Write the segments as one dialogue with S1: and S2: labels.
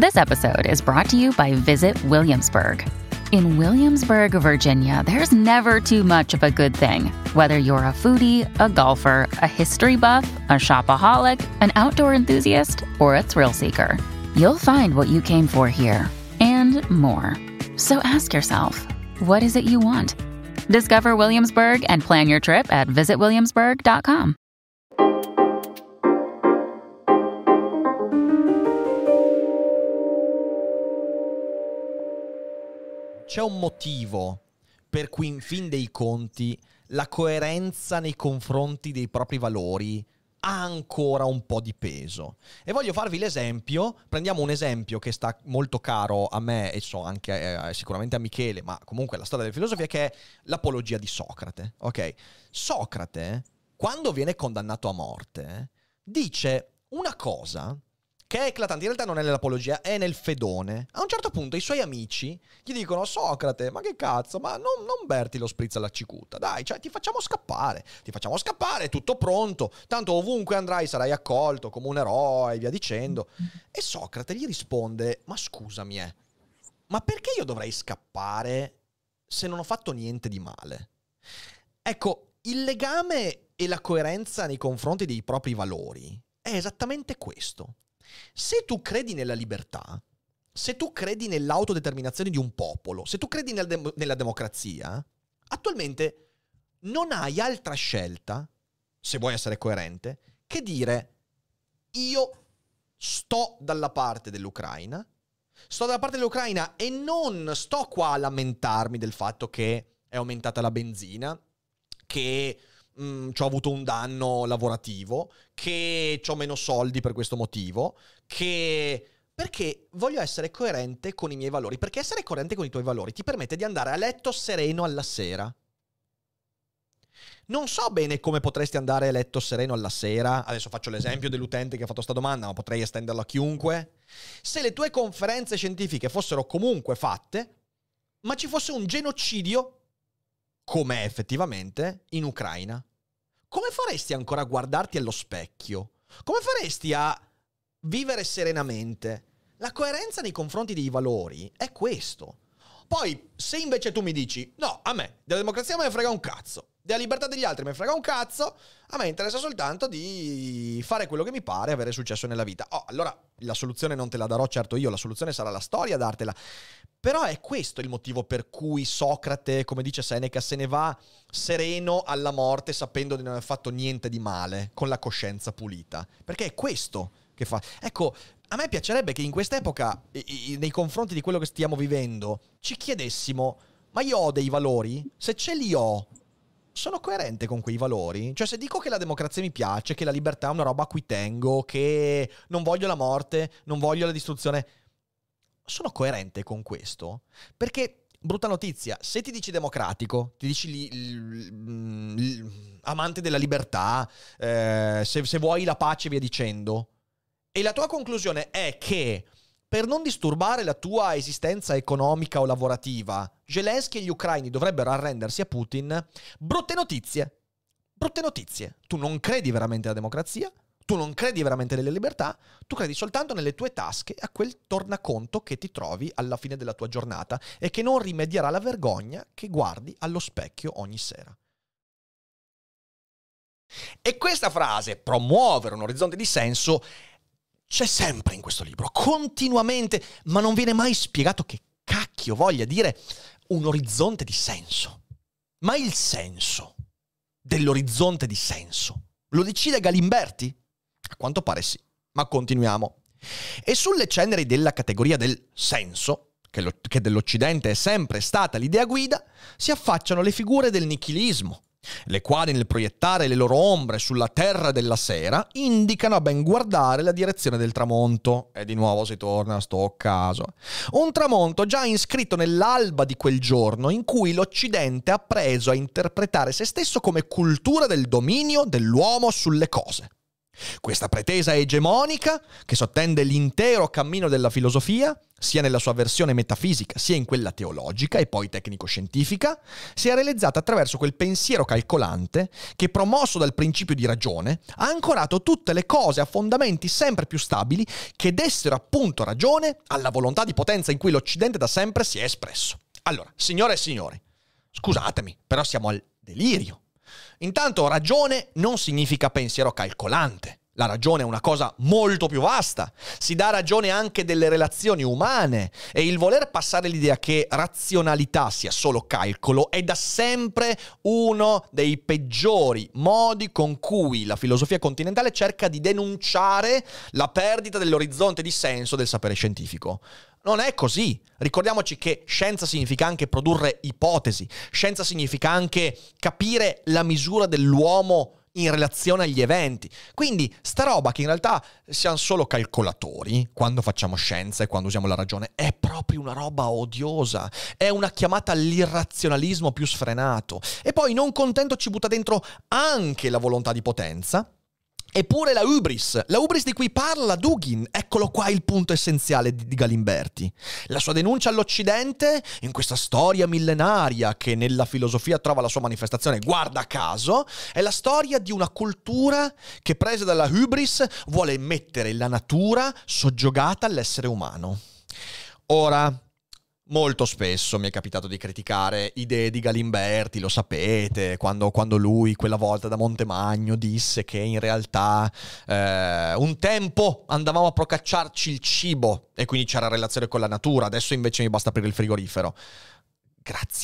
S1: This episode is brought to you by Visit Williamsburg. In Williamsburg, Virginia, there's never too much of a good thing. Whether you're a foodie, a golfer, a history buff, a shopaholic, an outdoor enthusiast, or a thrill seeker, you'll find what you came for here and more. So ask yourself, what is it you want? Discover Williamsburg and plan your trip at visitwilliamsburg.com.
S2: C'è un motivo per cui in fin dei conti la coerenza nei confronti dei propri valori ha ancora un po' di peso. E voglio farvi l'esempio, prendiamo un esempio che sta molto caro a me e so anche sicuramente a Michele, ma comunque la storia della filosofia, che è l'apologia di Socrate. Ok? Socrate, quando viene condannato a morte, dice una cosa che è eclatante, in realtà non è nell'apologia, è nel Fedone. A un certo punto i suoi amici gli dicono: Socrate, ma che cazzo, ma non berti lo spritz alla cicuta, dai, cioè ti facciamo scappare, è tutto pronto, tanto ovunque andrai sarai accolto come un eroe e via dicendo. E Socrate gli risponde: ma scusami, ma perché io dovrei scappare se non ho fatto niente di male? Ecco, il legame e la coerenza nei confronti dei propri valori è esattamente questo. Se tu credi nella libertà, se tu credi nell'autodeterminazione di un popolo, se tu credi nella democrazia, attualmente non hai altra scelta, se vuoi essere coerente, che dire: io sto dalla parte dell'Ucraina e non sto qua a lamentarmi del fatto che è aumentata la benzina, che ci ho avuto un danno lavorativo, che ho meno soldi per questo motivo, perché voglio essere coerente con i miei valori, perché essere coerente con i tuoi valori ti permette di andare a letto sereno alla sera. Non so bene come potresti andare a letto sereno alla sera, adesso faccio l'esempio dell'utente che ha fatto sta domanda, ma potrei estenderlo a chiunque, se le tue conferenze scientifiche fossero comunque fatte, ma ci fosse un genocidio, come effettivamente in Ucraina. Come faresti ancora a guardarti allo specchio? Come faresti a vivere serenamente? La coerenza nei confronti dei valori è questo. Poi, se invece tu mi dici: no, a me della democrazia me ne frega un cazzo, della libertà degli altri me ne frega un cazzo, a me interessa soltanto di fare quello che mi pare e avere successo nella vita. Allora la soluzione non te la darò certo io, la soluzione sarà la storia a dartela. Però è questo il motivo per cui Socrate, come dice Seneca, se ne va sereno alla morte sapendo di non aver fatto niente di male, con la coscienza pulita. Perché è questo che fa. Ecco, a me piacerebbe che in quest'epoca, nei confronti di quello che stiamo vivendo, ci chiedessimo: ma io ho dei valori? Se ce li ho, sono coerente con quei valori? Cioè, se dico che la democrazia mi piace, che la libertà è una roba a cui tengo, che non voglio la morte, non voglio la distruzione, sono coerente con questo? Perché, brutta notizia, se ti dici democratico, ti dici amante della libertà, se vuoi la pace e via dicendo, e la tua conclusione è che per non disturbare la tua esistenza economica o lavorativa, Zelensky e gli ucraini dovrebbero arrendersi a Putin, brutte notizie. Brutte notizie. Tu non credi veramente alla democrazia, tu non credi veramente nelle libertà, tu credi soltanto nelle tue tasche, a quel tornaconto che ti trovi alla fine della tua giornata e che non rimedierà la vergogna che guardi allo specchio ogni sera. E questa frase, promuovere un orizzonte di senso, c'è sempre in questo libro, continuamente, ma non viene mai spiegato che cacchio voglia dire un orizzonte di senso. Ma il senso dell'orizzonte di senso lo decide Galimberti? A quanto pare sì, ma continuiamo. E sulle ceneri della categoria del senso, che dell'Occidente è sempre stata l'idea guida, si affacciano le figure del nichilismo, le quali nel proiettare le loro ombre sulla terra della sera indicano a ben guardare la direzione del tramonto. E di nuovo si torna a sto caso. Un tramonto già iscritto nell'alba di quel giorno in cui l'Occidente ha preso a interpretare se stesso come cultura del dominio dell'uomo sulle cose. Questa pretesa egemonica, che sottende l'intero cammino della filosofia, sia nella sua versione metafisica, sia in quella teologica e poi tecnico-scientifica, si è realizzata attraverso quel pensiero calcolante che, promosso dal principio di ragione, ha ancorato tutte le cose a fondamenti sempre più stabili che dessero appunto ragione alla volontà di potenza in cui l'Occidente da sempre si è espresso. Allora, signore e signori, scusatemi, però siamo al delirio. Intanto ragione non significa pensiero calcolante. La ragione è una cosa molto più vasta, si dà ragione anche delle relazioni umane e il voler passare l'idea che razionalità sia solo calcolo è da sempre uno dei peggiori modi con cui la filosofia continentale cerca di denunciare la perdita dell'orizzonte di senso del sapere scientifico. Non è così. Ricordiamoci che scienza significa anche produrre ipotesi, scienza significa anche capire la misura dell'uomo in relazione agli eventi. Quindi sta roba che in realtà siamo solo calcolatori quando facciamo scienza e quando usiamo la ragione è proprio una roba odiosa, è una chiamata all'irrazionalismo più sfrenato. E poi, non contento, ci butta dentro anche la volontà di potenza. Eppure la hubris di cui parla Dugin, eccolo qua il punto essenziale di Galimberti. La sua denuncia all'Occidente, in questa storia millenaria che nella filosofia trova la sua manifestazione, guarda caso, è la storia di una cultura che, presa dalla hubris, vuole mettere la natura soggiogata all'essere umano. Ora, molto spesso mi è capitato di criticare idee di Galimberti, lo sapete, quando lui quella volta da Montemagno disse che in realtà un tempo andavamo a procacciarci il cibo e quindi c'era relazione con la natura, adesso invece mi basta aprire il frigorifero. Grazie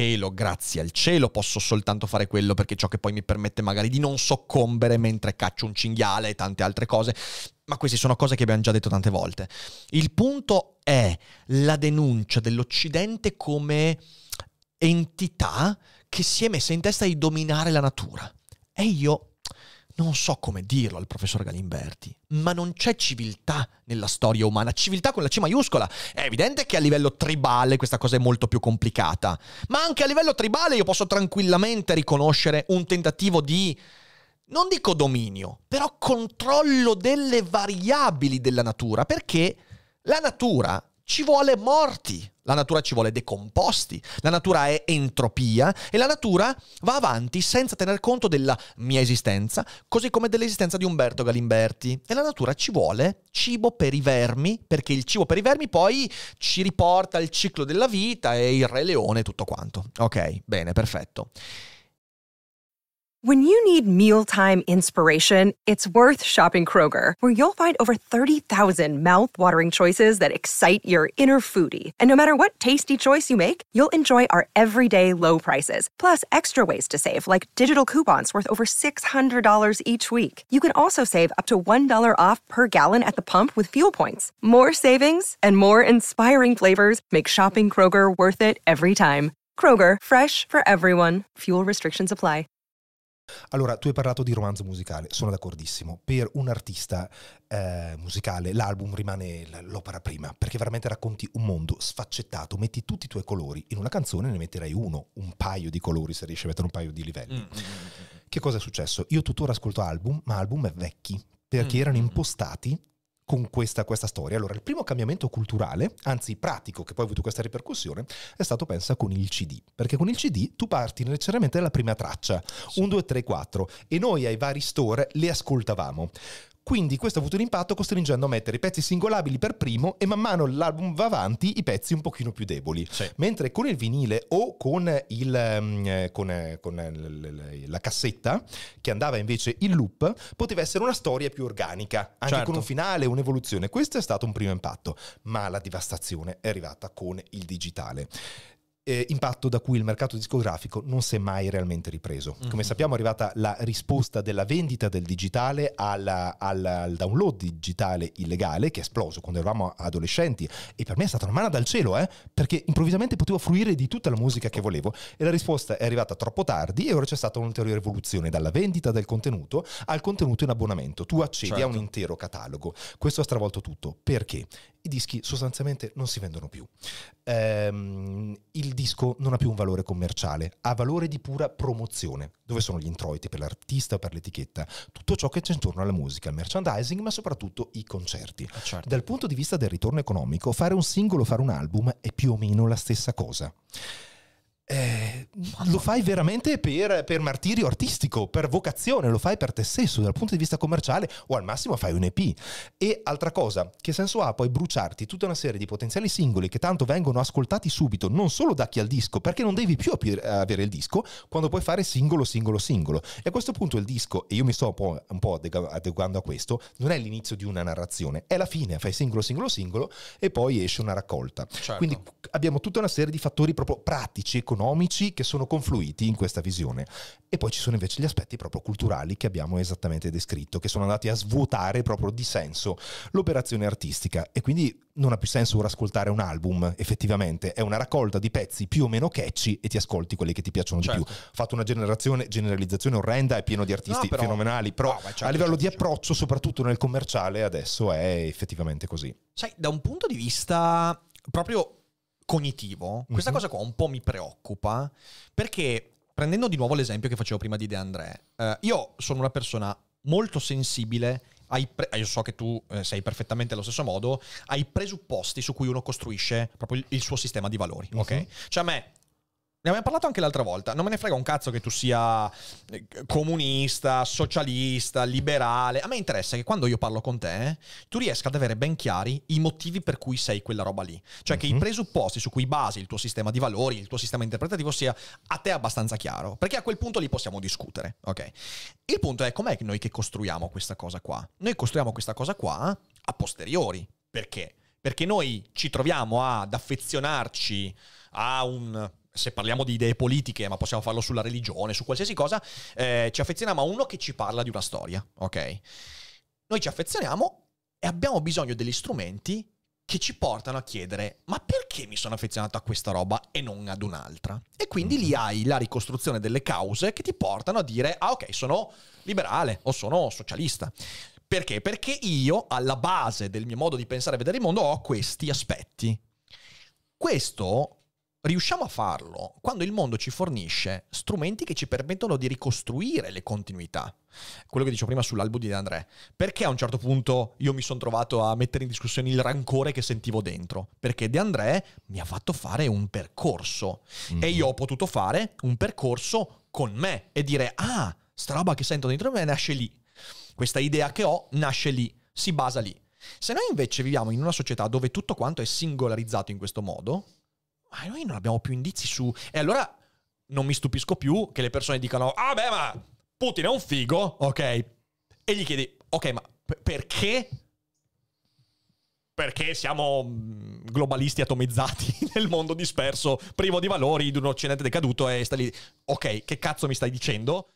S2: al cielo posso soltanto fare quello, perché ciò che poi mi permette magari di non soccombere mentre caccio un cinghiale e tante altre cose. Ma queste sono cose che abbiamo già detto tante volte. Il punto è la denuncia dell'Occidente come entità che si è messa in testa di dominare la natura. E io non so come dirlo al professor Galimberti, ma non c'è civiltà nella storia umana, civiltà con la C maiuscola. È evidente che a livello tribale questa cosa è molto più complicata, ma anche a livello tribale io posso tranquillamente riconoscere un tentativo di, non dico dominio, però controllo delle variabili della natura, perché la natura ci vuole morti, la natura ci vuole decomposti, la natura è entropia e la natura va avanti senza tener conto della mia esistenza, così come dell'esistenza di Umberto Galimberti. E la natura ci vuole cibo per i vermi, perché il cibo per i vermi poi ci riporta al ciclo della vita e il Re Leone e tutto quanto. Ok, bene, perfetto.
S3: When you need mealtime inspiration, it's worth shopping Kroger, where you'll find over 30,000 mouth-watering choices that excite your inner foodie. And no matter what tasty choice you make, you'll enjoy our everyday low prices, plus extra ways to save, like digital coupons worth over $600 each week. You can also save up to $1 off per gallon at the pump with fuel points. More savings and more inspiring flavors make shopping Kroger worth it every time. Kroger, fresh for everyone. Fuel restrictions apply.
S4: Allora, tu hai parlato di romanzo musicale, sono d'accordissimo. Per un artista musicale l'album rimane l'opera prima, perché veramente racconti un mondo sfaccettato, metti tutti i tuoi colori in una canzone, ne metterai un paio di colori se riesci a mettere un paio di livelli. Che cosa è successo? Io tuttora ascolto album, ma album vecchi, perché erano impostati con questa storia. Allora, il primo cambiamento culturale, anzi pratico, che poi ha avuto questa ripercussione, è stato, pensa, con il CD. Perché con il CD tu parti necessariamente dalla prima traccia, 1, 2, 3, 4, e noi ai vari store le ascoltavamo. Quindi questo ha avuto un impatto costringendo a mettere i pezzi singolabili per primo e man mano l'album va avanti i pezzi un pochino più deboli. Sì. Mentre con il vinile o con la cassetta, che andava invece in loop, poteva essere una storia più organica, anche con un finale, un'evoluzione. Questo è stato un primo impatto, ma la devastazione è arrivata con il digitale. Impatto da cui il mercato discografico non si è mai realmente ripreso. Come sappiamo, è arrivata la risposta della vendita del digitale al download digitale illegale, che è esploso quando eravamo adolescenti, e per me è stata una manna dal cielo, perché improvvisamente potevo fruire di tutta la musica che volevo, e la risposta è arrivata troppo tardi, e ora c'è stata un'ulteriore evoluzione dalla vendita del contenuto al contenuto in abbonamento. Tu accedi a un intero catalogo. Questo ha stravolto tutto. Perché? i dischi sostanzialmente non si vendono più. Il disco non ha più un valore commerciale, ha valore di pura promozione. Dove sono gli introiti per l'artista o per l'etichetta? Tutto ciò che c'è intorno alla musica, il merchandising, ma soprattutto i concerti.
S2: Certo.
S4: Dal punto di vista del ritorno economico, fare un singolo, fare un album è più o meno la stessa cosa. Lo fai veramente per martirio artistico, per vocazione, lo fai per te stesso. Dal punto di vista commerciale, o al massimo fai un EP. E altra cosa, che senso ha poi bruciarti tutta una serie di potenziali singoli che tanto vengono ascoltati subito, non solo da chi ha il disco, perché non devi più avere il disco, quando puoi fare singolo. E a questo punto il disco, e io mi sto un po' adeguando a questo, non è l'inizio di una narrazione, è la fine. Fai singolo e poi esce una raccolta.
S2: Certo.
S4: Quindi abbiamo tutta una serie di fattori proprio pratici, economici, che sono confluiti in questa visione. E poi ci sono invece gli aspetti proprio culturali che abbiamo esattamente descritto, che sono andati a svuotare proprio di senso l'operazione artistica, e quindi non ha più senso ora ascoltare un album. Effettivamente è una raccolta di pezzi più o meno catchy e ti ascolti quelli che ti piacciono di più. Ho fatto una generalizzazione orrenda, è pieno di artisti fenomenali, però a livello di approccio, soprattutto nel commerciale, adesso è effettivamente così.
S2: Sai, da un punto di vista proprio cognitivo, questa cosa qua un po' mi preoccupa, perché prendendo di nuovo l'esempio che facevo prima di De André, io sono una persona molto sensibile io so che tu sei perfettamente allo stesso modo, ai presupposti su cui uno costruisce proprio il suo sistema di valori, ok? Cioè a me, ne abbiamo parlato anche l'altra volta, non me ne frega un cazzo che tu sia comunista, socialista, liberale. A me interessa che quando io parlo con te, tu riesca ad avere ben chiari i motivi per cui sei quella roba lì. Cioè che i presupposti su cui basi il tuo sistema di valori, il tuo sistema interpretativo sia a te abbastanza chiaro. Perché a quel punto lì possiamo discutere, ok? Il punto è com'è noi che costruiamo questa cosa qua? Noi costruiamo questa cosa qua a posteriori. Perché? Perché noi ci troviamo ad affezionarci a se parliamo di idee politiche, ma possiamo farlo sulla religione, su qualsiasi cosa, ci affezioniamo a uno che ci parla di una storia, ok? Noi ci affezioniamo e abbiamo bisogno degli strumenti che ci portano a chiedere: ma perché mi sono affezionato a questa roba e non ad un'altra? E quindi lì hai la ricostruzione delle cause che ti portano a dire: ah, ok, sono liberale o sono socialista. Perché? Perché io, alla base del mio modo di pensare e vedere il mondo, ho questi aspetti. Questo riusciamo a farlo quando il mondo ci fornisce strumenti che ci permettono di ricostruire le continuità. Quello che dicevo prima sull'album di De André. Perché a un certo punto io mi sono trovato a mettere in discussione il rancore che sentivo dentro? Perché De André mi ha fatto fare un percorso. E io ho potuto fare un percorso con me e dire: ah, sta roba che sento dentro me nasce lì. Questa idea che ho nasce lì, si basa lì. Se noi invece viviamo in una società dove tutto quanto è singolarizzato in questo modo, noi non abbiamo più indizi su... E allora non mi stupisco più che le persone dicano: ah beh, ma Putin è un figo, ok? E gli chiedi: ok, ma perché? Perché siamo globalisti atomizzati nel mondo disperso, privo di valori, di un occidente decaduto, e sta lì. Ok, che cazzo mi stai dicendo?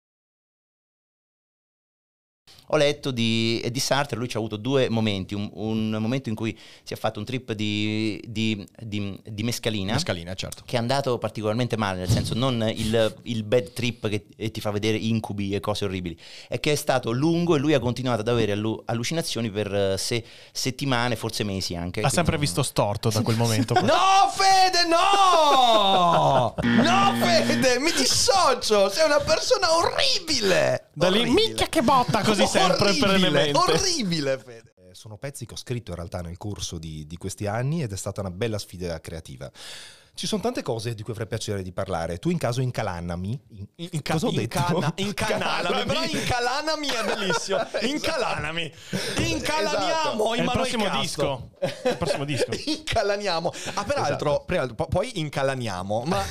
S5: Ho letto di Sartre, lui ci ha avuto due momenti, un momento in cui si è fatto un trip di mescalina.
S2: Mescalina, certo.
S5: Che è andato particolarmente male, nel senso non il bad trip che ti fa vedere incubi e cose orribili, è che è stato lungo e lui ha continuato ad avere allucinazioni per settimane, forse mesi anche.
S6: Ha sempre visto storto da quel momento.
S2: No, Fede, no! No, Fede, mi dissocio, sei una persona orribile!
S6: Da lì, minchia che botta così sempre perennemente.
S2: Orribile, Fede.
S4: Sono pezzi che ho scritto in realtà nel corso di questi anni, ed è stata una bella sfida creativa. Ci sono tante cose di cui avrei piacere di parlare. Tu in caso incalannami. Cosa ho detto?
S2: Incanalami. Però incalanami è bellissimo. Incalanami. Incalaniamo
S6: È il prossimo disco. Il prossimo disco.
S2: Incalaniamo. Ah, peraltro, poi incalaniamo. Ma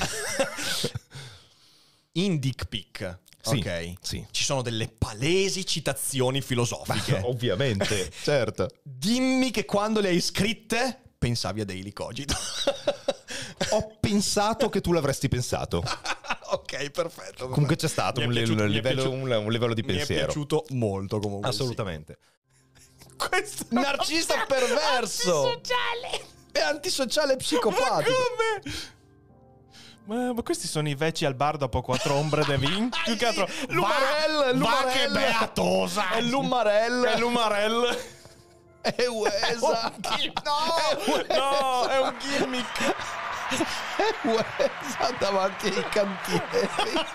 S2: in Dick Pic.
S4: Sì,
S2: ok,
S4: sì.
S2: Ci sono delle palesi citazioni filosofiche.
S4: Ovviamente, certo.
S2: Dimmi che quando le hai scritte pensavi a Daily Cogito.
S4: Ho pensato che tu l'avresti pensato.
S2: Ok, perfetto.
S4: Comunque c'è stato un livello di pensiero.
S2: Mi è piaciuto molto comunque.
S4: Assolutamente.
S2: Sì. Questo narcisista perverso.
S6: Antisociale.
S2: È antisociale psicopatico.
S6: Ma come? Ma questi sono i vecchi al bar dopo 4 ombre de vin. Più che altro
S2: Lumarel.
S6: Va che beatosa.
S2: È Lumarel.
S6: È Lumarel.
S2: È Uesa.
S6: No, è un gimmick.
S2: È Uesa davanti ai cantieri.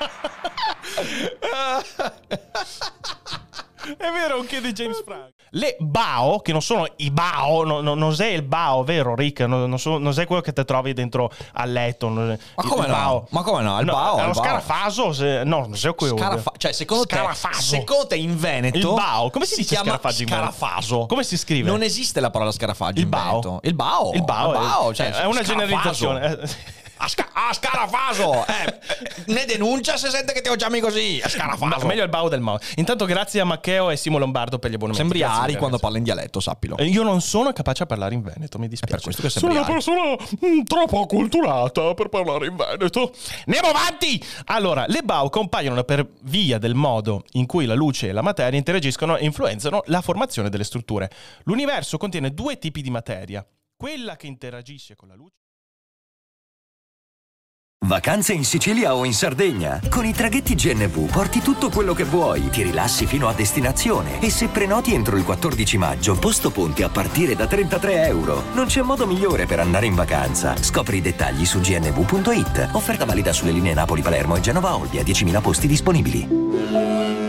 S6: È vero, anche di James Franco. Le bao, che non sono i bao, non sei il bao, vero Rick? Non sei quello che ti trovi dentro al letto.
S2: Ma come no?
S6: Bao.
S2: Ma come no? Il bao,
S6: è
S2: il
S6: lo
S2: bao.
S6: scarafaso? No, non sei quello.
S2: Cioè, secondo te in Veneto
S6: il bao, come si dice
S2: chiama
S6: scarafaggio in Veneto?
S2: scarafaso?
S6: Come si scrive?
S2: Non esiste la parola scarafaggio
S6: Il
S2: in
S6: bao.
S2: Veneto. Il bao.
S6: Il bao,
S2: cioè,
S6: è una
S2: scarafaso.
S6: generalizzazione.
S2: A scarafaso. Ne denuncia se sente che ti chiami così. A scarafaso.
S6: Meglio il bao del Mao. Intanto grazie a Matteo e Simo Lombardo per gli abbonamenti.
S2: Sembri
S6: Grazie,
S2: Ari
S6: ragazzi.
S2: quando parla in dialetto, sappilo.
S6: Io non sono capace a parlare in Veneto, mi dispiace.
S2: È per questo che
S6: sono
S2: sembri
S6: una persona troppo acculturata per parlare in Veneto. Andiamo avanti! Allora, le BAO compaiono per via del modo in cui la luce e la materia interagiscono e influenzano la formazione delle strutture. L'universo contiene due tipi di materia. Quella che interagisce con la luce.
S7: Vacanze in Sicilia o in Sardegna? Con i traghetti GNV porti tutto quello che vuoi, ti rilassi fino a destinazione e se prenoti entro il 14 maggio, posto ponti a partire da €33. Non c'è modo migliore per andare in vacanza. Scopri i dettagli su gnv.it. Offerta valida sulle linee Napoli-Palermo e Genova-Olbia, 10.000 posti disponibili.